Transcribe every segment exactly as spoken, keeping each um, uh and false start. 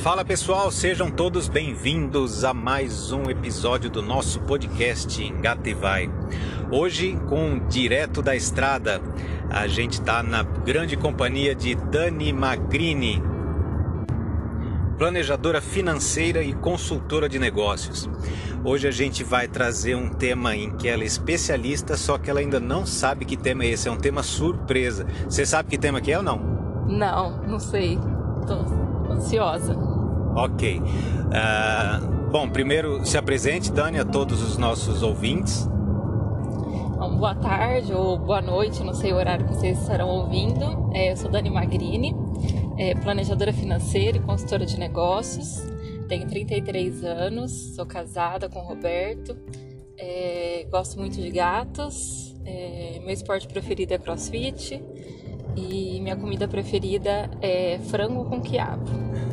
Fala pessoal, sejam todos bem-vindos a mais um episódio do nosso podcast Engata e Vai. Hoje, com Direto da Estrada, a gente está na grande companhia de Dani Magrini, planejadora financeira e consultora de negócios. Hoje a gente vai trazer um tema em que ela é especialista, só que ela ainda não sabe que tema é esse, é um tema surpresa. Você sabe que tema que é ou não? Não, não sei. Tô ansiosa. Ok. Uh, bom, primeiro se apresente, Dani, a todos os nossos ouvintes. Bom, boa tarde ou boa noite, não sei o horário que vocês estarão ouvindo. É, eu sou Dani Magrini, é, planejadora financeira e consultora de negócios. Tenho trinta e três anos, sou casada com o Roberto, é, gosto muito de gatos, é, meu esporte preferido é crossfit e minha comida preferida é frango com quiabo.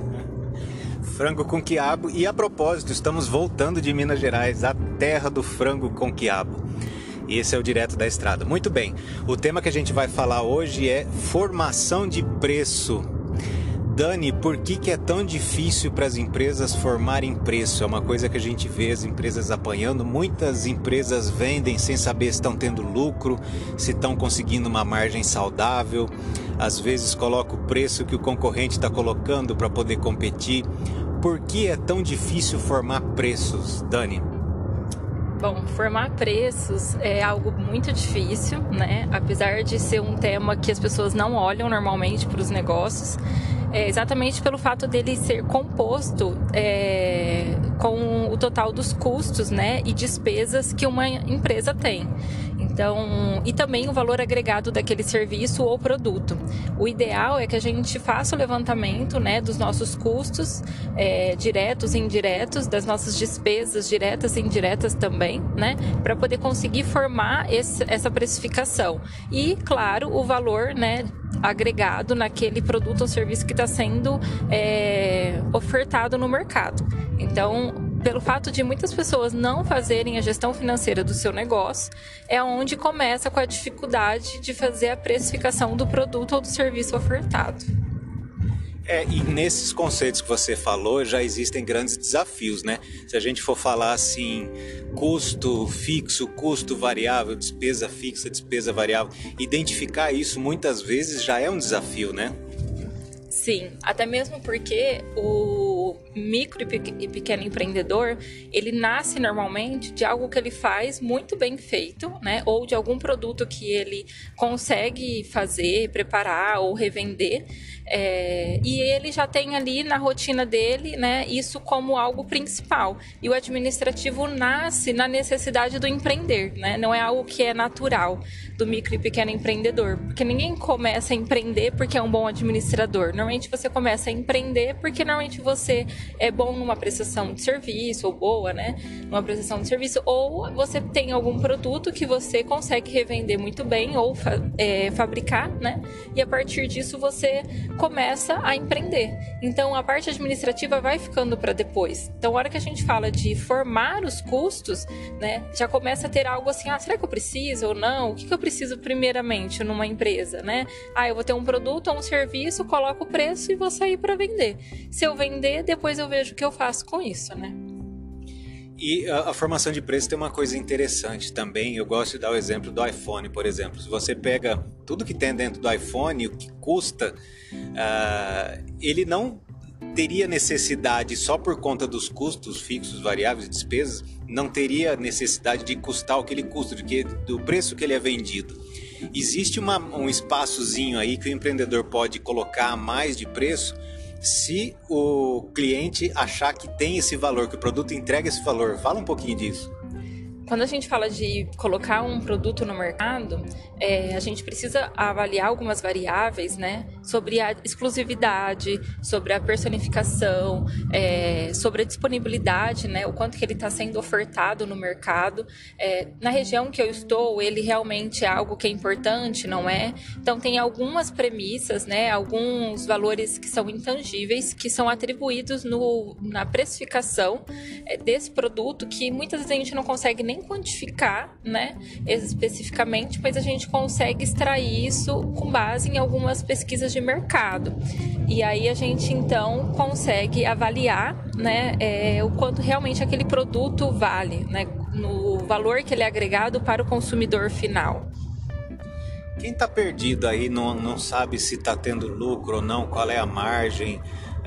Frango com quiabo. E a propósito, estamos voltando de Minas Gerais, a terra do frango com quiabo. E esse é o Direto da Estrada. Muito bem, o tema que a gente vai falar hoje é formação de preço. Dani, por que que é tão difícil para as empresas formarem preço? É uma coisa que a gente vê as empresas apanhando. Muitas empresas vendem sem saber se estão tendo lucro, se estão conseguindo uma margem saudável. Às vezes coloca o preço que o concorrente está colocando para poder competir. Por que é tão difícil formar preços, Dani? Bom, formar preços é algo muito difícil, né? Apesar de ser um tema que as pessoas não olham normalmente para os negócios, é exatamente pelo fato dele ser composto é, com o total dos custos, né, e despesas que uma empresa tem. Então, e também o valor agregado daquele serviço ou produto. O ideal é que a gente faça o levantamento, né, dos nossos custos é, diretos e indiretos, das nossas despesas diretas e indiretas também, né, para poder conseguir formar esse, essa precificação. E, claro, o valor, né, agregado naquele produto ou serviço que está sendo é, ofertado no mercado. Então, pelo fato de muitas pessoas não fazerem a gestão financeira do seu negócio, é onde começa com a dificuldade de fazer a precificação do produto ou do serviço ofertado. É, e nesses conceitos que você falou, já existem grandes desafios, né? Se a gente for falar assim, custo fixo, custo variável, despesa fixa, despesa variável, identificar isso muitas vezes já é um desafio, né? Sim, até mesmo porque o micro e pequeno empreendedor, ele nasce normalmente de algo que ele faz muito bem feito, né? Ou de algum produto que ele consegue fazer, preparar ou revender. É, e ele já tem ali na rotina dele, né, isso como algo principal. E o administrativo nasce na necessidade do empreender, né? Não é algo que é natural do micro e pequeno empreendedor. Porque ninguém começa a empreender porque é um bom administrador. Normalmente você começa a empreender porque normalmente você é bom numa prestação de serviço, ou boa, né? Numa prestação de serviço, ou você tem algum produto que você consegue revender muito bem ou fa- é, fabricar, né? E a partir disso você começa a empreender. Então a parte administrativa vai ficando para depois. Então a hora que a gente fala de formar os custos, né, já começa a ter algo assim, ah, será que eu preciso ou não? O que, que eu preciso primeiramente numa empresa, né? Ah, eu vou ter um produto ou um serviço, coloco o preço e vou sair para vender. Se eu vender, depois eu vejo o que eu faço com isso, né? E a, a formação de preço tem uma coisa interessante também. Eu gosto de dar o exemplo do iPhone, por exemplo. Se você pega tudo que tem dentro do iPhone, o que custa, uh, ele não teria necessidade, só por conta dos custos fixos, variáveis e despesas, não teria necessidade de custar o que ele custa, do, que, do preço que ele é vendido. Existe uma, um espaçozinho aí que o empreendedor pode colocar a mais de preço se o cliente achar que tem esse valor, que o produto entrega esse valor. Fala um pouquinho disso. Quando a gente fala de colocar um produto no mercado, é, a gente precisa avaliar algumas variáveis, né? Sobre a exclusividade, sobre a personificação, é, sobre a disponibilidade, né? O quanto que ele está sendo ofertado no mercado. É, na região que eu estou, ele realmente é algo que é importante, não é? Então, tem algumas premissas, né? Alguns valores que são intangíveis, que são atribuídos no, na precificação é, desse produto, que muitas vezes a gente não consegue nem quantificar, né, especificamente, mas a gente consegue extrair isso com base em algumas pesquisas de de mercado. E aí a gente então consegue avaliar, né, é, o quanto realmente aquele produto vale, né, no valor que ele é agregado para o consumidor final. Quem está perdido aí, não, não sabe se está tendo lucro ou não, qual é a margem,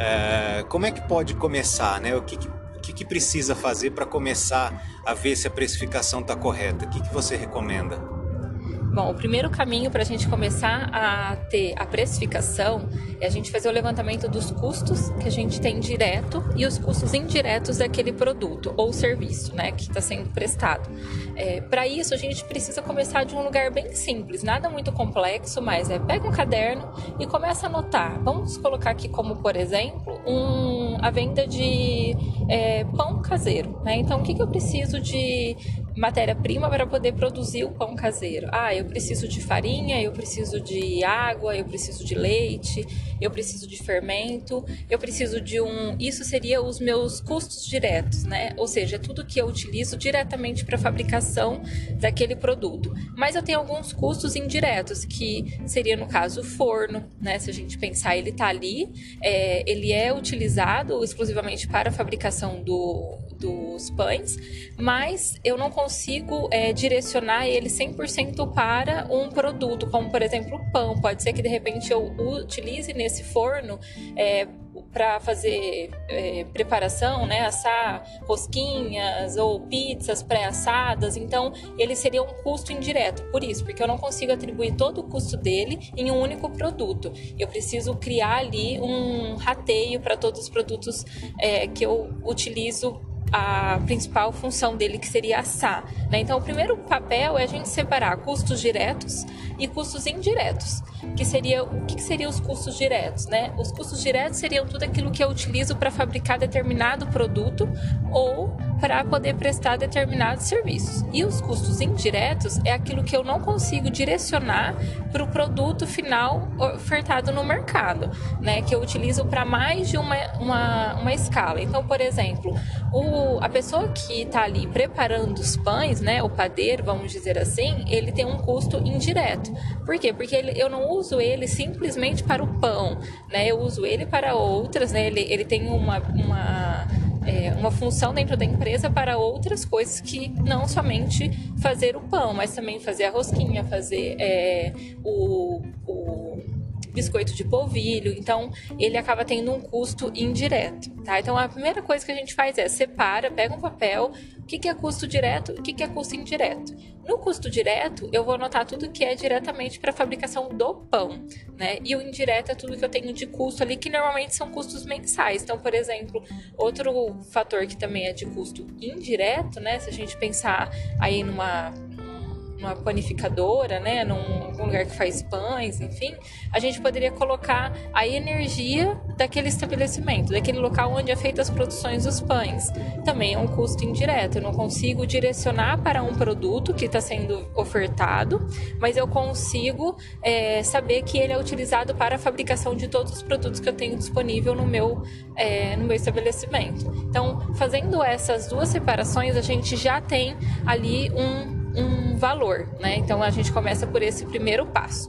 é, como é que pode começar, né? O que, que, o que, que precisa fazer para começar a ver se a precificação está correta? O que, que você recomenda? Bom, o primeiro caminho para a gente começar a ter a precificação é a gente fazer o levantamento dos custos que a gente tem direto e os custos indiretos daquele produto ou serviço, né, que está sendo prestado. É, para isso, a gente precisa começar de um lugar bem simples, nada muito complexo, mas é pega um caderno e começa a anotar. Vamos colocar aqui como, por exemplo, um, a venda de é, pão caseiro, né? Então, o que, que eu preciso de matéria-prima para poder produzir o pão caseiro? Ah, eu preciso de farinha, eu preciso de água, eu preciso de leite, eu preciso de fermento, eu preciso de um... Isso seria os meus custos diretos, né? Ou seja, é tudo que eu utilizo diretamente para a fabricação daquele produto. Mas eu tenho alguns custos indiretos, que seria, no caso, o forno, né? Se a gente pensar, ele está ali, é, ele é utilizado exclusivamente para a fabricação do... dos pães, mas eu não consigo é, direcionar ele cem por cento para um produto, como por exemplo o pão. Pode ser que de repente eu utilize nesse forno é, para fazer é, preparação, né, assar rosquinhas ou pizzas pré-assadas, então ele seria um custo indireto, por isso, porque eu não consigo atribuir todo o custo dele em um único produto. Eu preciso criar ali um rateio para todos os produtos é, que eu utilizo a principal função dele, que seria assar, né? Então, o primeiro papel é a gente separar custos diretos e custos indiretos, que seria o que seriam os custos diretos, né? Os custos diretos seriam tudo aquilo que eu utilizo para fabricar determinado produto ou para poder prestar determinados serviços. E os custos indiretos é aquilo que eu não consigo direcionar para o produto final ofertado no mercado, né? Que eu utilizo para mais de uma, uma, uma escala. Então, por exemplo, o, a pessoa que está ali preparando os pães, né? O padeiro, vamos dizer assim, ele tem um custo indireto. Por quê? Porque ele, eu não uso ele simplesmente para o pão, né? Eu uso ele para outras, né? Ele, ele tem uma... uma É, uma função dentro da empresa para outras coisas que não somente fazer o pão, mas também fazer a rosquinha, fazer é, o, o biscoito de polvilho. Então, ele acaba tendo um custo indireto, tá? Então, a primeira coisa que a gente faz é separa, pega um papel, o que, que é custo direto e o que, que é custo indireto. No custo direto, eu vou anotar tudo que é diretamente para a fabricação do pão, né? E o indireto é tudo que eu tenho de custo ali, que normalmente são custos mensais. Então, por exemplo, outro fator que também é de custo indireto, né? Se a gente pensar aí numa... uma panificadora, né, num, num lugar que faz pães, enfim, a gente poderia colocar a energia daquele estabelecimento, daquele local onde é feita as produções dos pães. Também é um custo indireto, eu não consigo direcionar para um produto que está sendo ofertado, mas eu consigo é, saber que ele é utilizado para a fabricação de todos os produtos que eu tenho disponível no meu, é, no meu estabelecimento. Então, fazendo essas duas separações, a gente já tem ali um um valor, né? Então a gente começa por esse primeiro passo.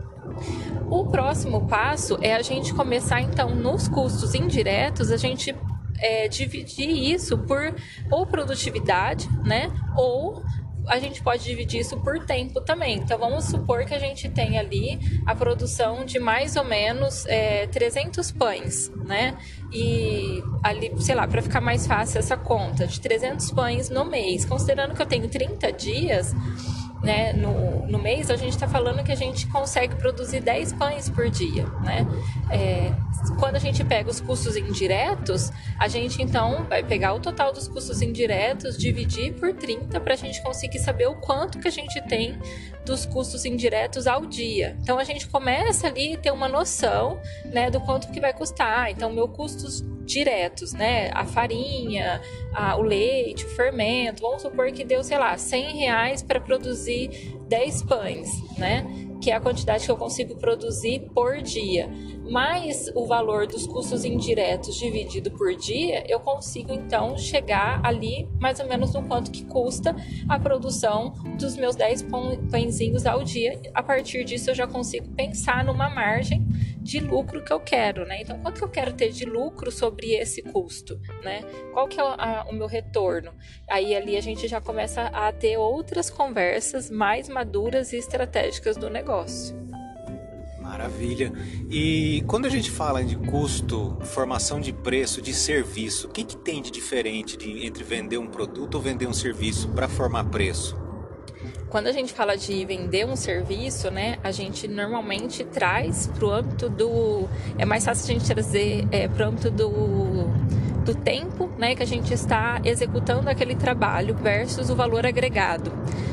O próximo passo é a gente começar então nos custos indiretos, a gente é, dividir isso por ou produtividade, né? Ou a gente pode dividir isso por tempo também. Então, vamos supor que a gente tem ali a produção de mais ou menos é, trezentos pães, né? E ali, sei lá, para ficar mais fácil essa conta, de trezentos pães no mês. Considerando que eu tenho trinta dias, né, no, no mês, a gente está falando que a gente consegue produzir dez pães por dia, né? É, quando a gente pega os custos indiretos, a gente então vai pegar o total dos custos indiretos, dividir por trinta para a gente conseguir saber o quanto que a gente tem dos custos indiretos ao dia. Então a gente começa ali a ter uma noção, né, do quanto que vai custar. Então, meu custos diretos, né, a farinha, a, o leite, o fermento, vamos supor que deu, sei lá, cem reais para produzir dez pães, né, que é a quantidade que eu consigo produzir por dia, mais o valor dos custos indiretos dividido por dia, eu consigo então chegar ali mais ou menos no quanto que custa a produção dos meus dez pãezinhos ao dia. A partir disso eu já consigo pensar numa margem de lucro que eu quero, né? Então, quanto que eu quero ter de lucro sobre esse custo, né? Qual que é a, o meu retorno? Aí ali a gente já começa a ter outras conversas mais maduras e estratégicas do negócio. Maravilha. E quando a gente fala de custo, formação de preço, de serviço, o que, que tem de diferente de, entre vender um produto ou vender um serviço para formar preço? Quando a gente fala de vender um serviço, né, a gente normalmente traz para o âmbito do... É mais fácil a gente trazer é, para o âmbito do, do tempo, né, que a gente está executando aquele trabalho versus o valor agregado.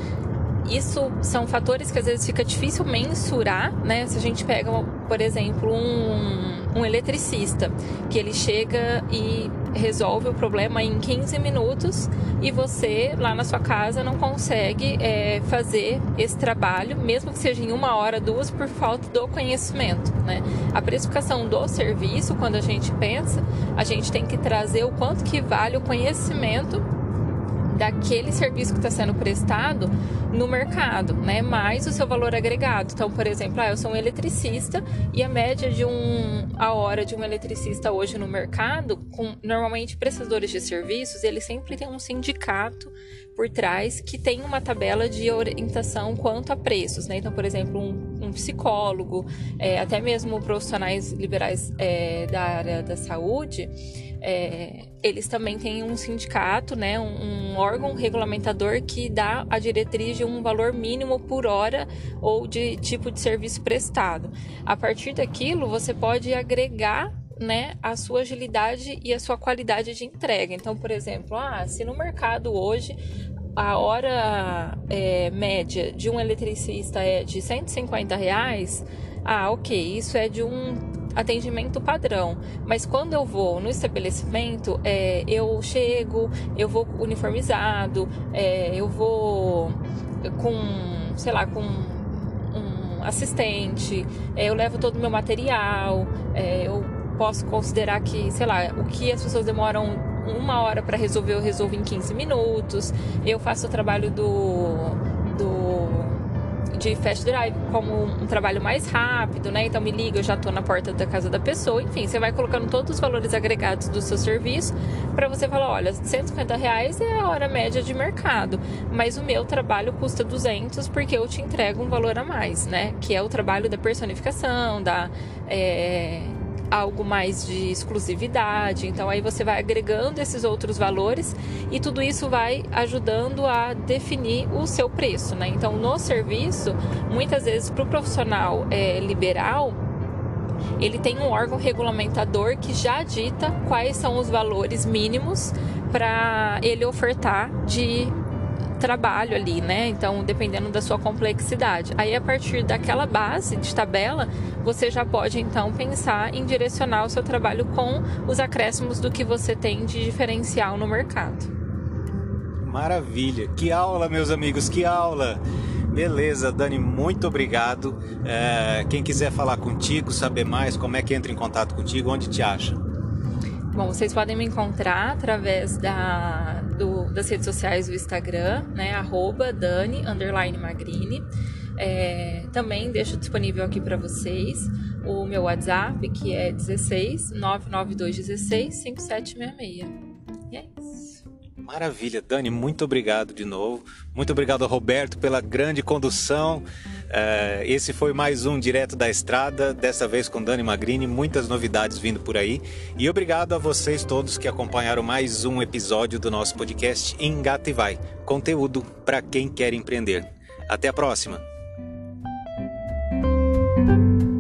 Isso são fatores que às vezes fica difícil mensurar, né? Se a gente pega, por exemplo, um, um eletricista, que ele chega e resolve o problema em quinze minutos e você, lá na sua casa, não consegue é, fazer esse trabalho, mesmo que seja em uma hora, duas, por falta do conhecimento, né? A precificação do serviço, quando a gente pensa, a gente tem que trazer o quanto que vale o conhecimento daquele serviço que está sendo prestado no mercado, né? Mais o seu valor agregado. Então, por exemplo, ah, eu sou um eletricista e a média de um, a hora de um eletricista hoje no mercado, com normalmente prestadores de serviços, ele sempre tem um sindicato por trás que tem uma tabela de orientação quanto a preços, né? Então, por exemplo, um, um psicólogo, é, até mesmo profissionais liberais é, da área da saúde, é, eles também têm um sindicato, né? Um, um órgão regulamentador que dá a diretriz de um valor mínimo por hora ou de tipo de serviço prestado. A partir daquilo, você pode agregar, né, a sua agilidade e a sua qualidade de entrega. Então, por exemplo, ah, se no mercado hoje a hora é, média de um eletricista é de cento e cinquenta reais, ah, ok, isso é de um atendimento padrão, mas quando eu vou no estabelecimento, é, eu chego, eu vou uniformizado, é, eu vou com, sei lá, com um assistente, é, eu levo todo o meu material, é, eu posso considerar que, sei lá, o que as pessoas demoram uma hora para resolver, eu resolvo em quinze minutos, eu faço o trabalho do, do de fast drive como um trabalho mais rápido, né? Então me liga, eu já tô na porta da casa da pessoa. Enfim, você vai colocando todos os valores agregados do seu serviço para você falar, olha, cento e cinquenta reais é a hora média de mercado, mas o meu trabalho custa duzentos porque eu te entrego um valor a mais, né? Que é o trabalho da personificação, da... É... algo mais de exclusividade. Então aí você vai agregando esses outros valores e tudo isso vai ajudando a definir o seu preço, né? Então no serviço, muitas vezes para o profissional é, liberal, ele tem um órgão regulamentador que já dita quais são os valores mínimos para ele ofertar de trabalho ali, né? Então, dependendo da sua complexidade. Aí, a partir daquela base de tabela, você já pode, então, pensar em direcionar o seu trabalho com os acréscimos do que você tem de diferencial no mercado. Maravilha! Que aula, meus amigos, que aula! Beleza, Dani, muito obrigado. É, quem quiser falar contigo, saber mais, como é que entra em contato contigo, onde te acha? Bom, vocês podem me encontrar através da, do, das redes sociais do Instagram, né, arroba Dani, underline Magrini. É, também deixo disponível aqui para vocês o meu WhatsApp, que é dezesseis, nove nove dois um seis, cinco sete seis seis. E é isso. Maravilha, Dani, muito obrigado de novo. Muito obrigado ao Roberto pela grande condução. Uh, esse foi mais um Direto da Estrada, dessa vez com Dani Magrini, muitas novidades vindo por aí. E obrigado a vocês todos que acompanharam mais um episódio do nosso podcast Engata e Vai, conteúdo para quem quer empreender. Até a próxima!